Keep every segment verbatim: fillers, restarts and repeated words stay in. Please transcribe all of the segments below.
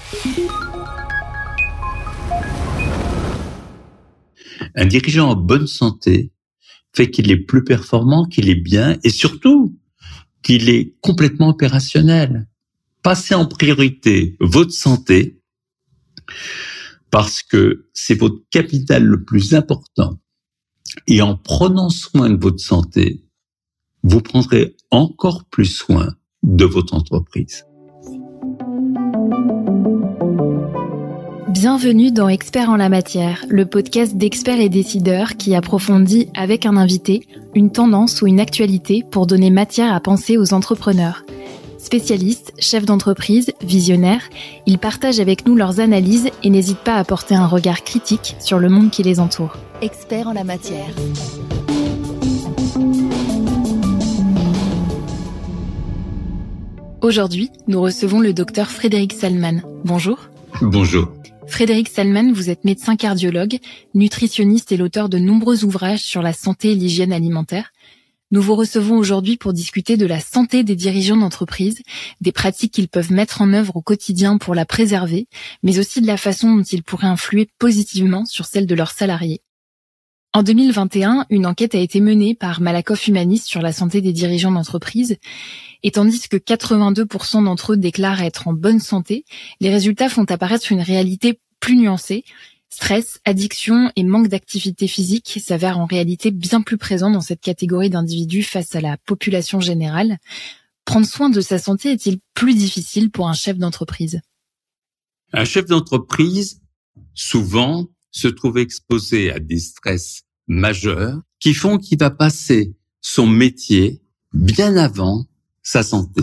Un dirigeant en bonne santé fait qu'il est plus performant, qu'il est bien et surtout qu'il est complètement opérationnel. Passez en priorité votre santé parce que c'est votre capital le plus important. Et en prenant soin de votre santé, vous prendrez encore plus soin de votre entreprise. Bienvenue dans Experts en la matière, le podcast d'experts et décideurs qui approfondit avec un invité une tendance ou une actualité pour donner matière à penser aux entrepreneurs. Spécialistes, chefs d'entreprise, visionnaires, ils partagent avec nous leurs analyses et n'hésitent pas à porter un regard critique sur le monde qui les entoure. Experts en la matière. Aujourd'hui, nous recevons le docteur Frédéric Salman. Bonjour. Bonjour. Frédéric Salman, vous êtes médecin cardiologue, nutritionniste et l'auteur de nombreux ouvrages sur la santé et l'hygiène alimentaire. Nous vous recevons aujourd'hui pour discuter de la santé des dirigeants d'entreprise, des pratiques qu'ils peuvent mettre en œuvre au quotidien pour la préserver, mais aussi de la façon dont ils pourraient influer positivement sur celle de leurs salariés. En deux mille vingt et un, une enquête a été menée par Malakoff Humanis sur la santé des dirigeants d'entreprise, et tandis que quatre-vingt-deux pour cent d'entre eux déclarent être en bonne santé, les résultats font apparaître une réalité plus nuancée. Stress, addiction et manque d'activité physique s'avèrent en réalité bien plus présents dans cette catégorie d'individus face à la population générale. Prendre soin de sa santé est-il plus difficile pour un chef d'entreprise ? Un chef d'entreprise, souvent, se trouve exposé à des stress majeurs qui font qu'il va passer son métier bien avant sa santé.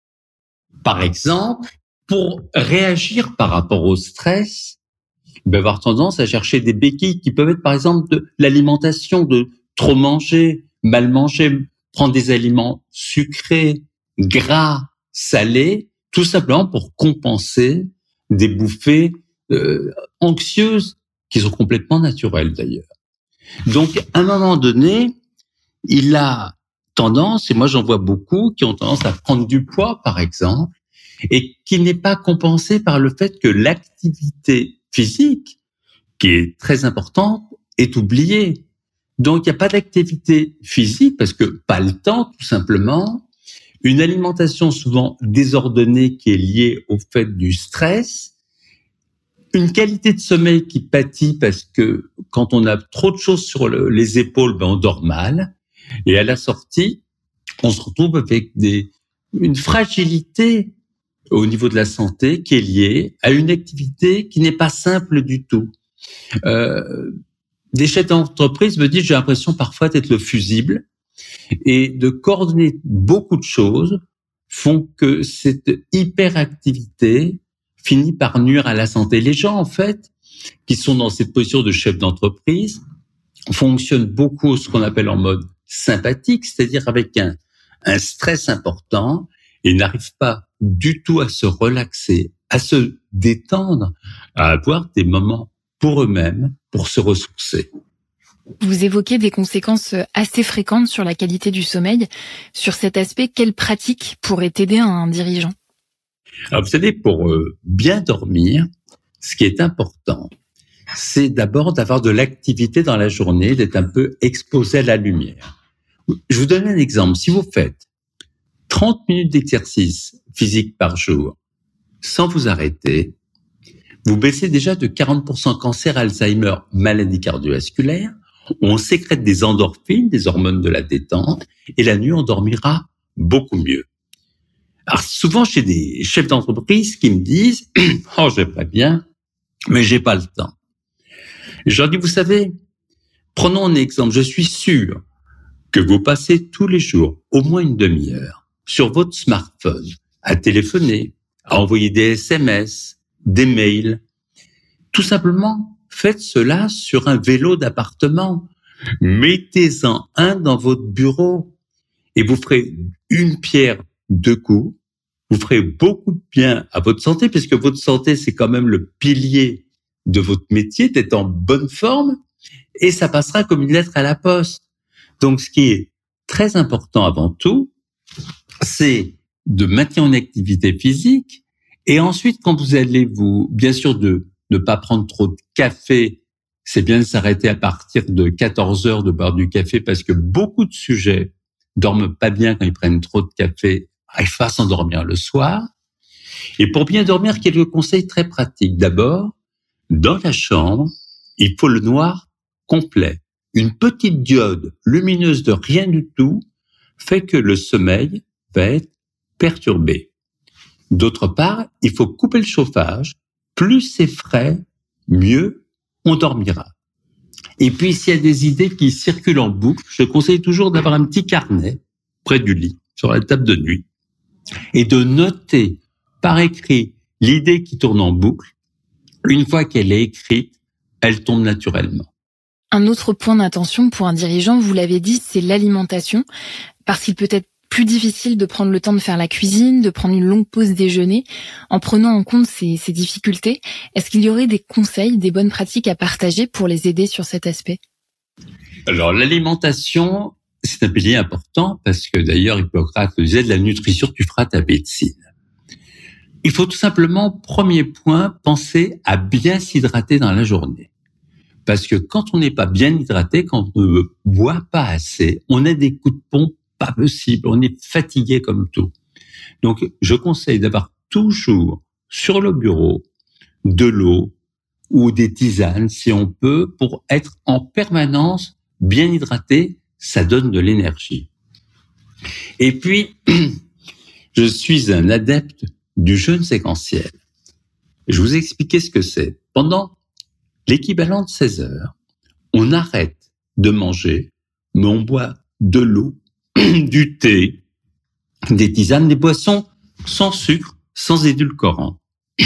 Par exemple, pour réagir par rapport au stress, il va avoir tendance à chercher des béquilles qui peuvent être par exemple de l'alimentation, de trop manger, mal manger, prendre des aliments sucrés, gras, salés, tout simplement pour compenser des bouffées euh, anxieuses qui sont complètement naturelles d'ailleurs. Donc à un moment donné, il a tendance, et moi j'en vois beaucoup, qui ont tendance à prendre du poids par exemple, et qui n'est pas compensé par le fait que l'activité physique, qui est très importante, est oubliée. Donc, il n'y a pas d'activité physique parce que pas le temps, tout simplement. Une alimentation souvent désordonnée qui est liée au fait du stress. Une qualité de sommeil qui pâtit parce que quand on a trop de choses sur le, les épaules, ben on dort mal. Et à la sortie, on se retrouve avec des, une fragilité au niveau de la santé qui est liée à une activité qui n'est pas simple du tout. Euh, des chefs d'entreprise me disent, j'ai l'impression parfois d'être le fusible et de coordonner beaucoup de choses font que cette hyperactivité finit par nuire à la santé. Les gens, en fait, qui sont dans cette position de chef d'entreprise, fonctionnent beaucoup ce qu'on appelle en mode sympathique, c'est-à-dire avec un, un stress important et n'arrivent pas du tout à se relaxer, à se détendre, à avoir des moments pour eux-mêmes, pour se ressourcer. Vous évoquez des conséquences assez fréquentes sur la qualité du sommeil. Sur cet aspect, quelles pratiques pourraient aider un dirigeant ? Alors, vous savez, pour euh, bien dormir, ce qui est important, c'est d'abord d'avoir de l'activité dans la journée, d'être un peu exposé à la lumière. Je vous donne un exemple. Si vous faites trente minutes d'exercice physique par jour, sans vous arrêter, vous baissez déjà de quarante pour cent cancer, Alzheimer, maladie cardiovasculaire. On sécrète des endorphines, des hormones de la détente, et la nuit, on dormira beaucoup mieux. Alors souvent, j'ai des chefs d'entreprise qui me disent « Oh, j'aimerais bien, mais j'ai pas le temps. » Je leur dis, vous savez, prenons un exemple. Je suis sûr que vous passez tous les jours au moins une demi-heure sur votre smartphone à téléphoner, à envoyer des S M S, des mails. Tout simplement, faites cela sur un vélo d'appartement. Mettez-en un dans votre bureau et vous ferez une pierre deux coups. Vous ferez beaucoup de bien à votre santé puisque votre santé, c'est quand même le pilier de votre métier, d'être en bonne forme et ça passera comme une lettre à la poste. Donc, ce qui est très important avant tout, c'est de maintenir une activité physique Et ensuite, quand vous allez vous, bien sûr, de ne pas prendre trop de café, c'est bien de s'arrêter à partir de quatorze heures de boire du café parce que beaucoup de sujets dorment pas bien quand ils prennent trop de café, n'arrivent pas à s'endormir le soir. Et pour bien dormir, quelques conseils très pratiques. D'abord, dans la chambre, il faut le noir complet. Une petite diode lumineuse de rien du tout fait que le sommeil va être perturbé. D'autre part, il faut couper le chauffage. Plus c'est frais, mieux on dormira. Et puis, s'il y a des idées qui circulent en boucle, je conseille toujours d'avoir un petit carnet près du lit, sur la table de nuit, et de noter par écrit l'idée qui tourne en boucle. Une fois qu'elle est écrite, elle tombe naturellement. Un autre point d'attention pour un dirigeant, vous l'avez dit, c'est l'alimentation, parce qu'il peut être plus difficile de prendre le temps de faire la cuisine, de prendre une longue pause déjeuner. En prenant en compte ces, ces difficultés, est-ce qu'il y aurait des conseils, des bonnes pratiques à partager pour les aider sur cet aspect? Alors, l'alimentation, c'est un pilier important parce que d'ailleurs, Hippocrate disait de la nutrition, tu feras ta médecine. Il faut tout simplement, premier point, penser à bien s'hydrater dans la journée. Parce que quand on n'est pas bien hydraté, quand on ne boit pas assez, on a des coups de pompe pas possible, on est fatigué comme tout. Donc, je conseille d'avoir toujours sur le bureau de l'eau ou des tisanes, si on peut, pour être en permanence bien hydraté, ça donne de l'énergie. Et puis, je suis un adepte du jeûne séquentiel. Je vous ai expliqué ce que c'est. Pendant l'équivalent de seize heures, on arrête de manger, mais on boit de l'eau, du thé, des tisanes, des boissons sans sucre, sans édulcorant.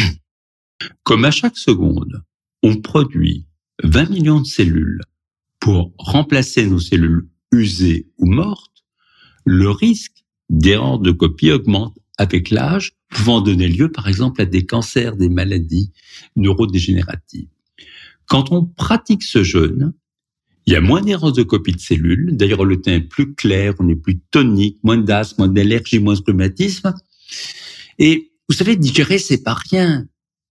Comme à chaque seconde, on produit vingt millions de cellules pour remplacer nos cellules usées ou mortes, le risque d'erreur de copie augmente avec l'âge, pouvant donner lieu par exemple à des cancers, des maladies neurodégénératives. Quand on pratique ce jeûne, il y a moins d'erreurs de copie de cellules. D'ailleurs, le teint est plus clair, on est plus tonique, moins d'asthme, moins d'allergie, moins de rhumatisme. Et vous savez, digérer, c'est pas rien.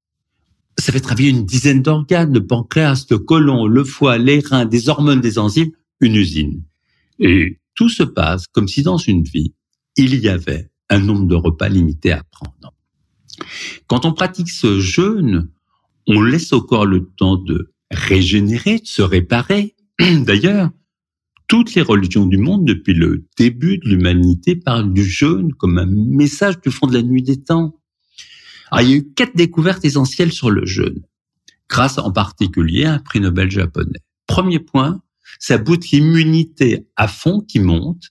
Ça fait travailler une dizaine d'organes, le pancréas, le côlon, le foie, les reins, des hormones, des enzymes, une usine. Et tout se passe comme si dans une vie, il y avait un nombre de repas limité à prendre. Quand on pratique ce jeûne, on laisse au corps le temps de régénérer, de se réparer. D'ailleurs, toutes les religions du monde, depuis le début de l'humanité, parlent du jeûne comme un message du fond de la nuit des temps. Alors, il y a eu quatre découvertes essentielles sur le jeûne, grâce en particulier à un prix Nobel japonais. Premier point, ça booste l'immunité à fond qui monte.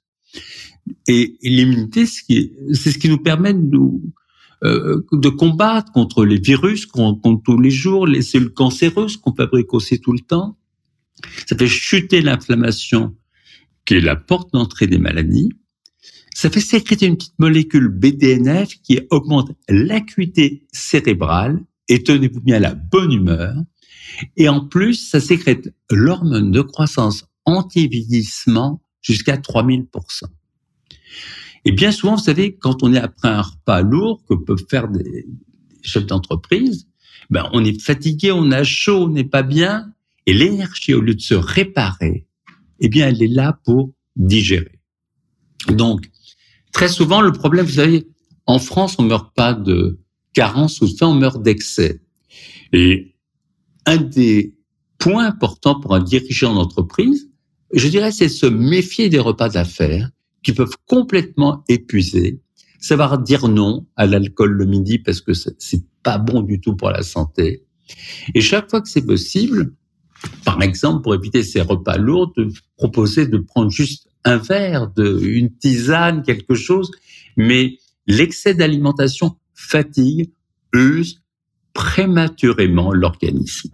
Et, et l'immunité, c'est ce, qui, c'est ce qui nous permet de, nous, euh, de combattre contre les virus qu'on rencontre tous les jours, les cellules cancéreuses qu'on fabrique aussi tout le temps. Ça fait chuter l'inflammation qui est la porte d'entrée des maladies. Ça fait sécréter une petite molécule B D N F qui augmente l'acuité cérébrale et tenez-vous bien la bonne humeur. Et en plus, ça sécrète l'hormone de croissance anti-vieillissement jusqu'à trois mille pour cent. Et bien souvent, vous savez, quand on est après un repas lourd que peuvent faire des chefs d'entreprise, ben on est fatigué, on a chaud, on n'est pas bien. Et l'énergie, au lieu de se réparer, eh bien, elle est là pour digérer. Donc, très souvent, le problème, vous savez, en France, on ne meurt pas de carence ou de faim, on meurt d'excès. Et un des points importants pour un dirigeant d'entreprise, je dirais, c'est se méfier des repas d'affaires qui peuvent complètement épuiser, savoir dire non à l'alcool le midi parce que c'est pas bon du tout pour la santé. Et chaque fois que c'est possible, par exemple, pour éviter ces repas lourds, de proposer de prendre juste un verre, de, une tisane, quelque chose. Mais l'excès d'alimentation fatigue, use prématurément l'organisme.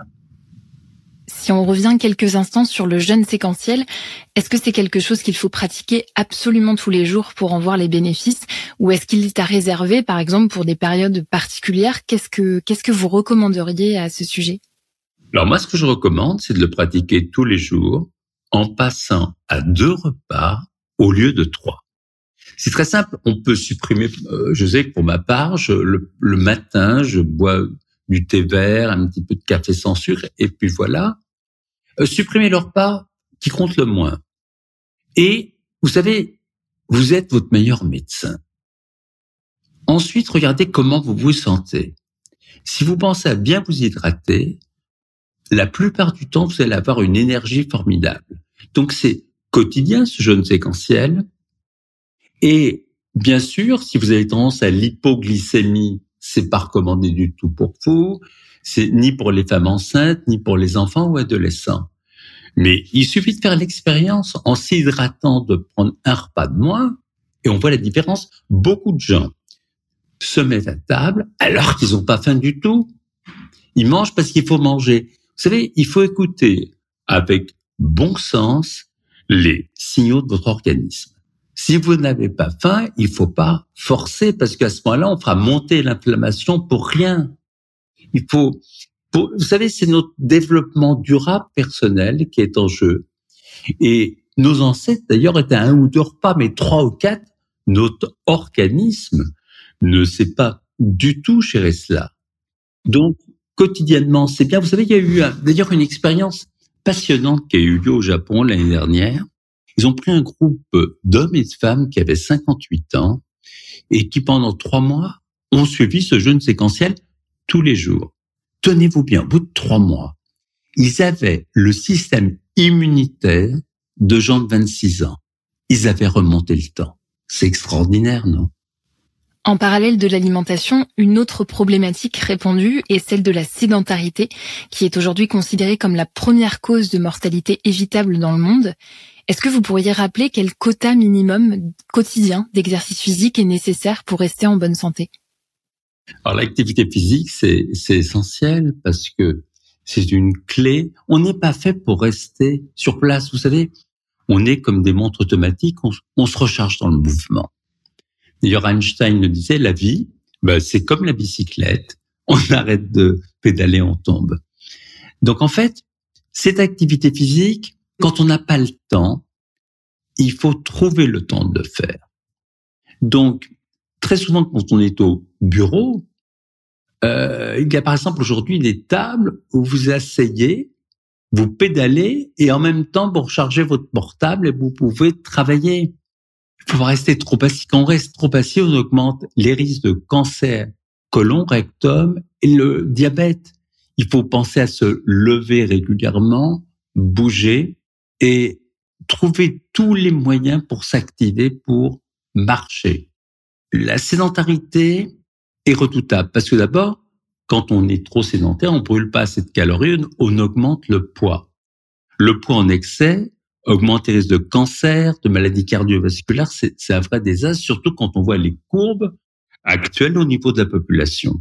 Si on revient quelques instants sur le jeûne séquentiel, est-ce que c'est quelque chose qu'il faut pratiquer absolument tous les jours pour en voir les bénéfices, ou est-ce qu'il est à réserver, par exemple, pour des périodes particulières? Qu'est-ce que, qu'est-ce que vous recommanderiez à ce sujet? Alors moi, ce que je recommande, c'est de le pratiquer tous les jours en passant à deux repas au lieu de trois. c'est très simple. On peut supprimer, euh, je sais que pour ma part, je, le, le matin, je bois du thé vert, un petit peu de café sans sucre, et puis voilà. Euh, supprimer le repas qui compte le moins. Et vous savez, vous êtes votre meilleur médecin. Ensuite, regardez comment vous vous sentez. Si vous pensez à bien vous hydrater, la plupart du temps, vous allez avoir une énergie formidable. Donc, c'est quotidien, ce jeûne séquentiel. Et bien sûr, si vous avez tendance à l'hypoglycémie, c'est pas recommandé du tout pour vous. C'est ni pour les femmes enceintes, ni pour les enfants ou adolescents. Mais il suffit de faire l'expérience en s'hydratant, de prendre un repas de moins, et on voit la différence. Beaucoup de gens se mettent à table alors qu'ils n'ont pas faim du tout. Ils mangent parce qu'il faut manger. Vous savez, il faut écouter avec bon sens les signaux de votre organisme. Si vous n'avez pas faim, il faut pas forcer parce qu'à ce moment-là, on fera monter l'inflammation pour rien. Il faut, pour, vous savez, c'est notre développement durable personnel qui est en jeu. Et nos ancêtres, d'ailleurs, étaient à un ou deux repas, mais trois ou quatre, notre organisme ne sait pas du tout gérer cela. Donc, quotidiennement, c'est bien. Vous savez, il y a eu un, d'ailleurs une expérience passionnante qui a eu lieu au Japon l'année dernière. Ils ont pris un groupe d'hommes et de femmes qui avaient cinquante-huit ans et qui, pendant trois mois, ont suivi ce jeûne séquentiel tous les jours. Tenez-vous bien, au bout de trois mois, ils avaient le système immunitaire de gens de vingt-six ans. Ils avaient remonté le temps. C'est extraordinaire, non ? En parallèle de l'alimentation, une autre problématique répandue est celle de la sédentarité, qui est aujourd'hui considérée comme la première cause de mortalité évitable dans le monde. Est-ce que vous pourriez rappeler quel quota minimum quotidien d'exercice physique est nécessaire pour rester en bonne santé ? Alors l'activité physique, c'est, c'est essentiel parce que c'est une clé. On n'est pas fait pour rester sur place. Vous savez, on est comme des montres automatiques, on, on se recharge dans le mouvement. D'ailleurs, Einstein le disait, la vie, ben, c'est comme la bicyclette. On arrête de pédaler, on tombe. Donc en fait, cette activité physique, quand on n'a pas le temps, il faut trouver le temps de le faire. Donc, très souvent, quand on est au bureau, euh, il y a par exemple aujourd'hui des tables où vous asseyez, vous pédalez et en même temps, vous rechargez votre portable et vous pouvez travailler. Il faut pas rester trop assis. Quand on reste trop assis, on augmente les risques de cancer, côlon, rectum et le diabète. Il faut penser à se lever régulièrement, bouger et trouver tous les moyens pour s'activer, pour marcher. La sédentarité est redoutable parce que d'abord, quand on est trop sédentaire, on brûle pas assez de calories, on augmente le poids. Le poids en excès augmente les risques de cancer, de maladies cardiovasculaires, c'est, c'est un vrai désastre, surtout quand on voit les courbes actuelles au niveau de la population.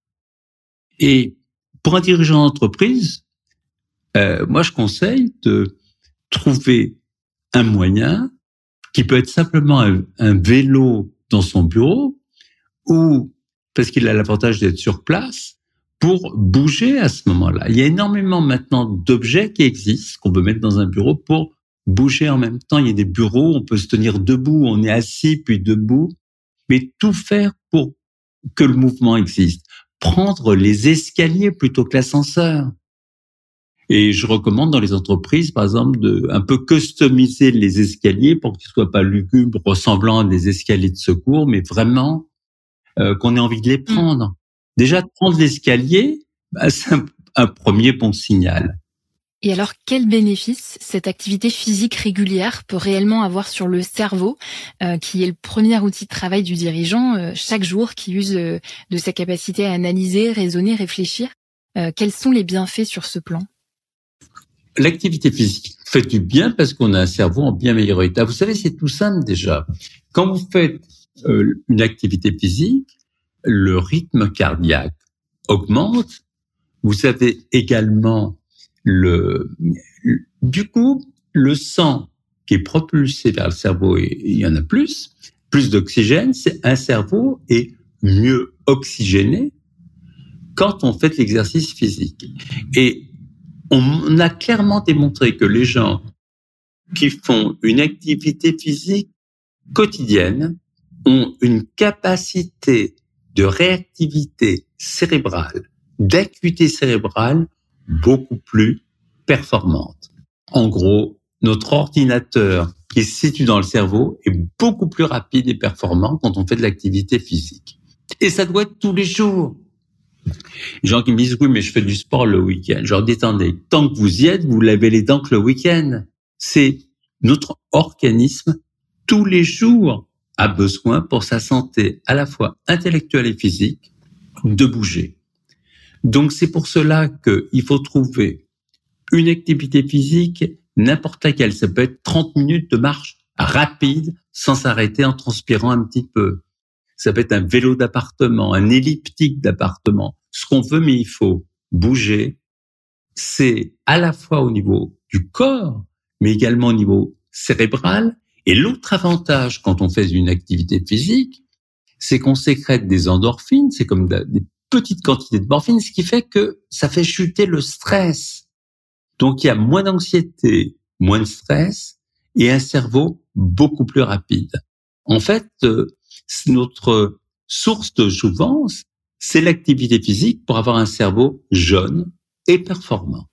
Et pour un dirigeant d'entreprise, euh, moi je conseille de trouver un moyen qui peut être simplement un, un vélo dans son bureau ou, parce qu'il a l'avantage d'être sur place, pour bouger à ce moment-là. Il y a énormément maintenant d'objets qui existent, qu'on peut mettre dans un bureau pour bouger en même temps. Il y a des bureaux, on peut se tenir debout, on est assis puis debout, mais tout faire pour que le mouvement existe. Prendre les escaliers plutôt que l'ascenseur. Et je recommande dans les entreprises, par exemple, de un peu customiser les escaliers pour qu'ils soient pas lugubres, ressemblant à des escaliers de secours, mais vraiment euh, qu'on ait envie de les prendre. Déjà, de prendre l'escalier, bah, c'est un, un premier bon signal. Et alors, quels bénéfices cette activité physique régulière peut réellement avoir sur le cerveau, euh, qui est le premier outil de travail du dirigeant euh, chaque jour, qui use euh, de sa capacité à analyser, raisonner, réfléchir. Euh, quels sont les bienfaits sur ce plan ? L'activité physique fait du bien parce qu'on a un cerveau en bien meilleur état. Vous savez, c'est tout simple déjà. Quand vous faites euh, une activité physique, le rythme cardiaque augmente. Vous avez également le, du coup, le sang qui est propulsé vers le cerveau, et il y en a plus, plus d'oxygène, c'est un cerveau est mieux oxygéné quand on fait l'exercice physique. Et on a clairement démontré que les gens qui font une activité physique quotidienne ont une capacité de réactivité cérébrale, d'acuité cérébrale beaucoup plus performante. En gros, notre ordinateur qui se situe dans le cerveau est beaucoup plus rapide et performant quand on fait de l'activité physique. Et ça doit être tous les jours. Les gens qui me disent « oui, mais je fais du sport le week-end ». Je leur dis « attendez, tant que vous y êtes, vous lavez les dents que le week-end ». C'est notre organisme, tous les jours, a besoin pour sa santé à la fois intellectuelle et physique de bouger. Donc c'est pour cela qu'il faut trouver une activité physique, n'importe laquelle. Ça peut être trente minutes de marche rapide sans s'arrêter en transpirant un petit peu. Ça peut être un vélo d'appartement, un elliptique d'appartement, ce qu'on veut, mais il faut bouger. C'est à la fois au niveau du corps, mais également au niveau cérébral. Et l'autre avantage quand on fait une activité physique, c'est qu'on sécrète des endorphines, c'est comme des petites quantités de morphine, ce qui fait que ça fait chuter le stress. Donc il y a moins d'anxiété, moins de stress et un cerveau beaucoup plus rapide. En fait, notre source de jouvence, c'est l'activité physique pour avoir un cerveau jeune et performant.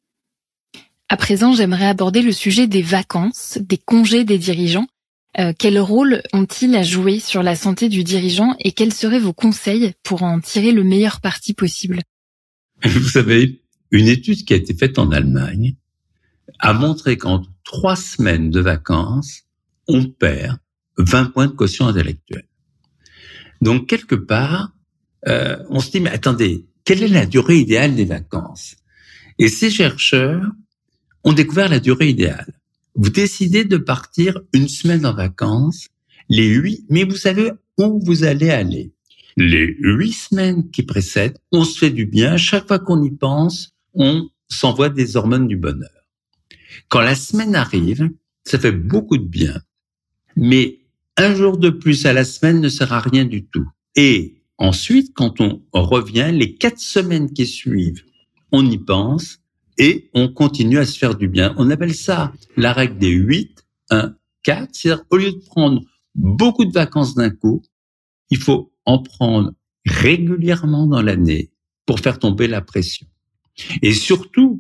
À présent, j'aimerais aborder le sujet des vacances, des congés des dirigeants. Euh, quel rôle ont-ils à jouer sur la santé du dirigeant et quels seraient vos conseils pour en tirer le meilleur parti possible ? Vous savez, une étude qui a été faite en Allemagne a montré qu'en trois semaines de vacances, on perd vingt points de quotient intellectuel. Donc, quelque part, euh, on se dit, mais attendez, quelle est la durée idéale des vacances ? Et ces chercheurs ont découvert la durée idéale. Vous décidez de partir une semaine en vacances, les huit, mais vous savez où vous allez aller. Les huit semaines qui précèdent, on se fait du bien. Chaque fois qu'on y pense, on s'envoie des hormones du bonheur. Quand la semaine arrive, ça fait beaucoup de bien. Mais un jour de plus à la semaine ne sert à rien du tout. Et ensuite, quand on revient, les quatre semaines qui suivent, on y pense et on continue à se faire du bien. On appelle ça la règle des huit, un, quatre. C'est-à-dire, au lieu de prendre beaucoup de vacances d'un coup, il faut en prendre régulièrement dans l'année pour faire tomber la pression. Et surtout,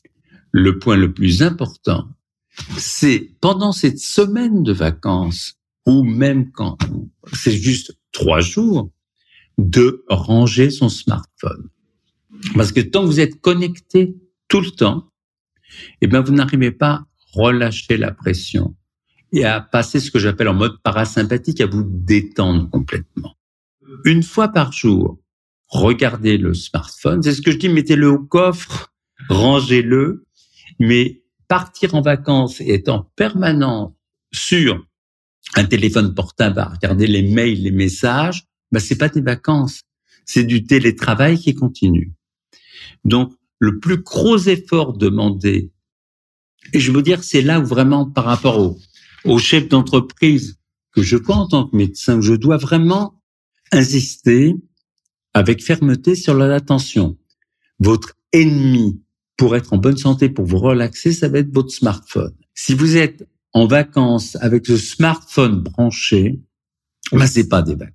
le point le plus important, c'est pendant cette semaine de vacances, ou même quand c'est juste trois jours, de ranger son smartphone. Parce que tant que vous êtes connecté tout le temps, eh ben vous n'arrivez pas à relâcher la pression et à passer ce que j'appelle en mode parasympathique, à vous détendre complètement. Une fois par jour, regardez le smartphone. C'est ce que je dis, mettez-le au coffre, rangez-le, mais partir en vacances et être en permanence sur un téléphone portable à regarder les mails, les messages, ben c'est pas des vacances, c'est du télétravail qui continue. Donc, le plus gros effort demandé, et je veux dire, c'est là où vraiment, par rapport au, au chef d'entreprise que je vois en tant que médecin, je dois vraiment insister avec fermeté sur l'attention. Votre ennemi, pour être en bonne santé, pour vous relaxer, ça va être votre smartphone. Si vous êtes en vacances avec le smartphone branché, ben c'est pas des vacances.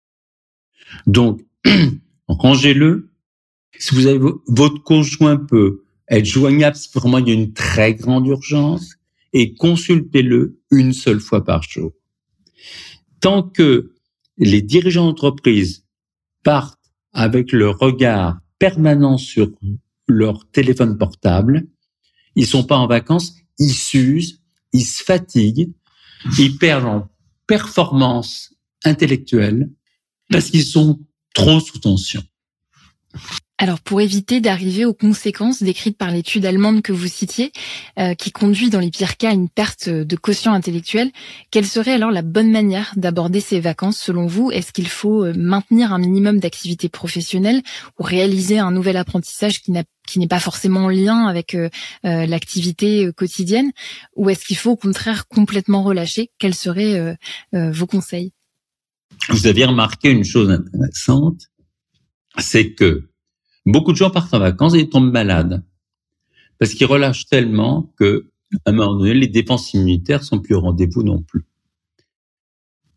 Donc, rangez-le. Si vous avez votre conjoint peut être joignable si vraiment il y a une très grande urgence, et consultez-le une seule fois par jour. Tant que les dirigeants d'entreprise partent avec le regard permanent sur leur téléphone portable, ils sont pas en vacances, ils s'usent, ils se fatiguent, ils perdent en performance intellectuelle parce qu'ils sont trop sous tension. Alors, pour éviter d'arriver aux conséquences décrites par l'étude allemande que vous citiez, euh, qui conduit dans les pires cas à une perte de quotient intellectuel, quelle serait alors la bonne manière d'aborder ces vacances selon vous ? Est-ce qu'il faut maintenir un minimum d'activité professionnelle ou réaliser un nouvel apprentissage qui, n'a, qui n'est pas forcément en lien avec euh, euh, l'activité quotidienne ? Ou est-ce qu'il faut au contraire complètement relâcher ? Quels seraient euh, euh, vos conseils ? Vous avez remarqué une chose intéressante, c'est que beaucoup de gens partent en vacances et ils tombent malades parce qu'ils relâchent tellement que, à un moment donné, les défenses immunitaires sont plus au rendez-vous non plus.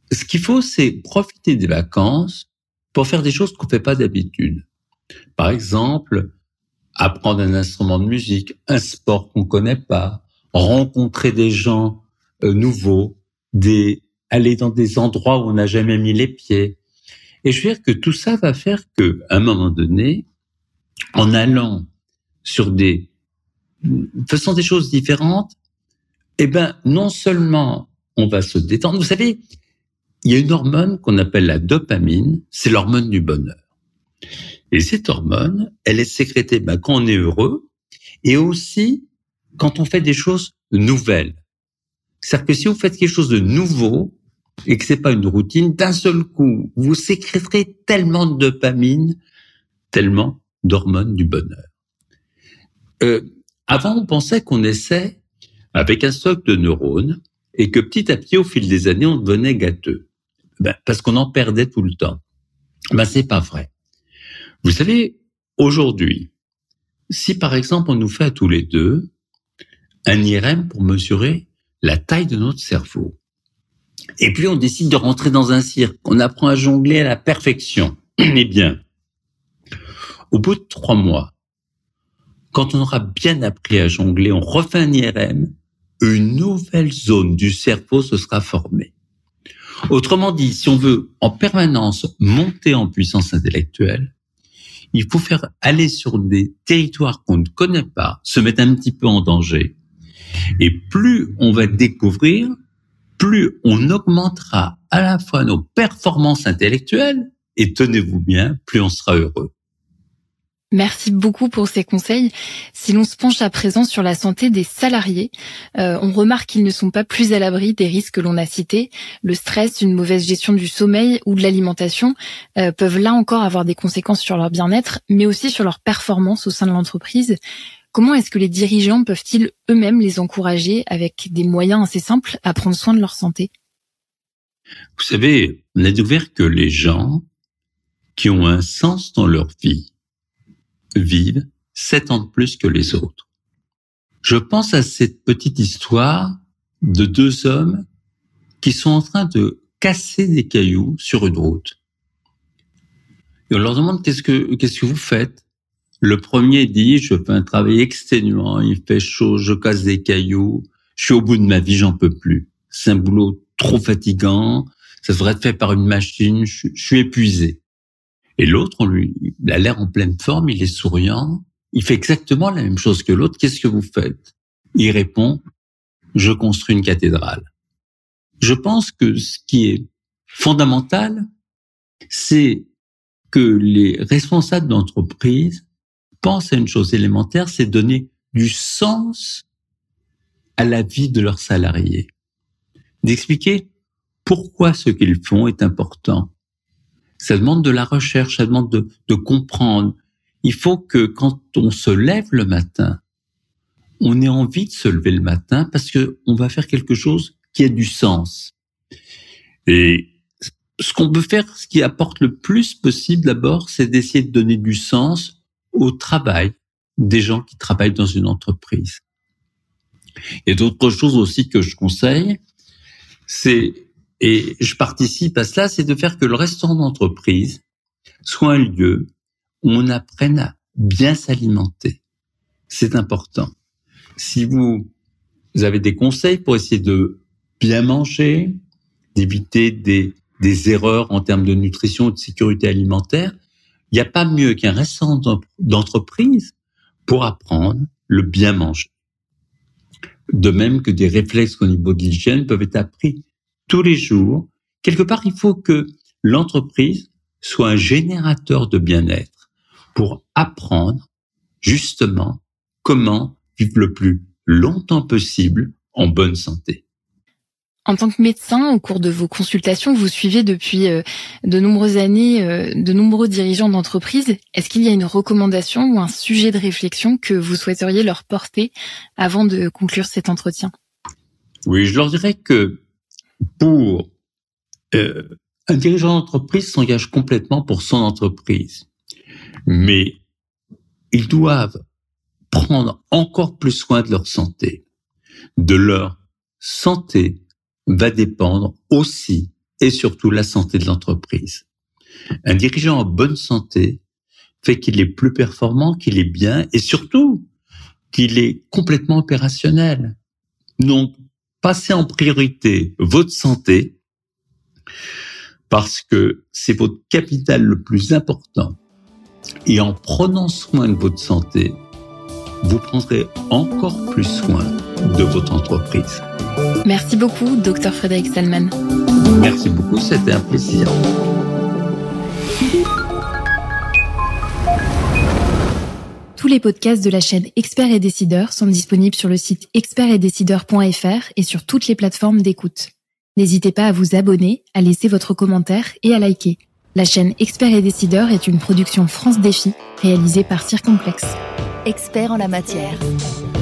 ce qu'il faut, c'est profiter des vacances pour faire des choses qu'on ne fait pas d'habitude. Par exemple, apprendre un instrument de musique, un sport qu'on ne connaît pas, rencontrer des gens euh, nouveaux, des, aller dans des endroits où on n'a jamais mis les pieds. Et je veux dire que tout ça va faire qu'à un moment donné, en allant sur des, faisant des choses différentes, eh ben, non seulement on va se détendre. Vous savez, il y a une hormone qu'on appelle la dopamine, c'est l'hormone du bonheur. Et cette hormone, elle est sécrétée ben, quand on est heureux et aussi quand on fait des choses nouvelles. C'est-à-dire que si vous faites quelque chose de nouveau et que c'est pas une routine, d'un seul coup, vous sécréterez tellement de dopamine, tellement d'hormones du bonheur. Euh, avant, on pensait qu'on naissait avec un stock de neurones et que petit à petit, au fil des années, on devenait gâteux. Ben, parce qu'on en perdait tout le temps. Ben, c'est pas vrai. Vous savez, aujourd'hui, si par exemple on nous fait à tous les deux un I R M pour mesurer la taille de notre cerveau, et puis on décide de rentrer dans un cirque, on apprend à jongler à la perfection, eh bien, au bout de trois mois, quand on aura bien appris à jongler, on refait un I R M, une nouvelle zone du cerveau se sera formée. Autrement dit, si on veut en permanence monter en puissance intellectuelle, il faut faire aller sur des territoires qu'on ne connaît pas, se mettre un petit peu en danger. Et plus on va découvrir, plus on augmentera à la fois nos performances intellectuelles et tenez-vous bien, plus on sera heureux. Merci beaucoup pour ces conseils. Si l'on se penche à présent sur la santé des salariés, euh, on remarque qu'ils ne sont pas plus à l'abri des risques que l'on a cités. Le stress, une mauvaise gestion du sommeil ou de l'alimentation euh, peuvent là encore avoir des conséquences sur leur bien-être, mais aussi sur leur performance au sein de l'entreprise. Comment est-ce que les dirigeants peuvent-ils eux-mêmes les encourager avec des moyens assez simples à prendre soin de leur santé ? Vous savez, on a découvert que les gens qui ont un sens dans leur vie vivent sept ans de plus que les autres. Je pense à cette petite histoire de deux hommes qui sont en train de casser des cailloux sur une route. Et on leur demande qu'est-ce que, qu'est-ce que vous faites? Le premier dit, je fais un travail exténuant, il fait chaud, je casse des cailloux, je suis au bout de ma vie, j'en peux plus. C'est un boulot trop fatigant, ça devrait être fait par une machine, je, je suis épuisé. Et l'autre, on lui, il a l'air en pleine forme, il est souriant, il fait exactement la même chose que l'autre. Qu'est-ce que vous faites? Il répond, je construis une cathédrale. Je pense que ce qui est fondamental, c'est que les responsables d'entreprise pensent à une chose élémentaire, c'est donner du sens à la vie de leurs salariés. D'expliquer pourquoi ce qu'ils font est important. Ça demande de la recherche, ça demande de, de comprendre. Il faut que quand on se lève le matin, on ait envie de se lever le matin parce que on va faire quelque chose qui a du sens. Et ce qu'on peut faire, ce qui apporte le plus possible d'abord, c'est d'essayer de donner du sens au travail des gens qui travaillent dans une entreprise. Et d'autres choses aussi que je conseille, c'est et je participe à cela, c'est de faire que le restaurant d'entreprise soit un lieu où on apprenne à bien s'alimenter. C'est important. Si vous, vous avez des conseils pour essayer de bien manger, d'éviter des, des erreurs en termes de nutrition et de sécurité alimentaire, il n'y a pas mieux qu'un restaurant d'entreprise pour apprendre le bien manger. De même que des réflexes au niveau de l'hygiène peuvent être appris tous les jours. Quelque part, il faut que l'entreprise soit un générateur de bien-être pour apprendre justement comment vivre le plus longtemps possible en bonne santé. En tant que médecin, au cours de vos consultations, vous suivez depuis euh, de nombreuses années euh, de nombreux dirigeants d'entreprise. Est-ce qu'il y a une recommandation ou un sujet de réflexion que vous souhaiteriez leur porter avant de conclure cet entretien? Oui, je leur dirais que pour euh, un dirigeant d'entreprise s'engage complètement pour son entreprise, mais ils doivent prendre encore plus soin de leur santé. De leur santé va dépendre aussi et surtout la santé de l'entreprise. Un dirigeant en bonne santé fait qu'il est plus performant, qu'il est bien et surtout qu'il est complètement opérationnel. Donc, passez en priorité votre santé parce que c'est votre capital le plus important. Et en prenant soin de votre santé, vous prendrez encore plus soin de votre entreprise. Merci beaucoup, docteur Frédéric Salman. Merci beaucoup, c'était un plaisir. Tous les podcasts de la chaîne Experts et Décideurs sont disponibles sur le site experts et décideurs point f r et sur toutes les plateformes d'écoute. N'hésitez pas à vous abonner, à laisser votre commentaire et à liker. La chaîne Experts et Décideurs est une production France Défi réalisée par Circomplex. Experts en la matière.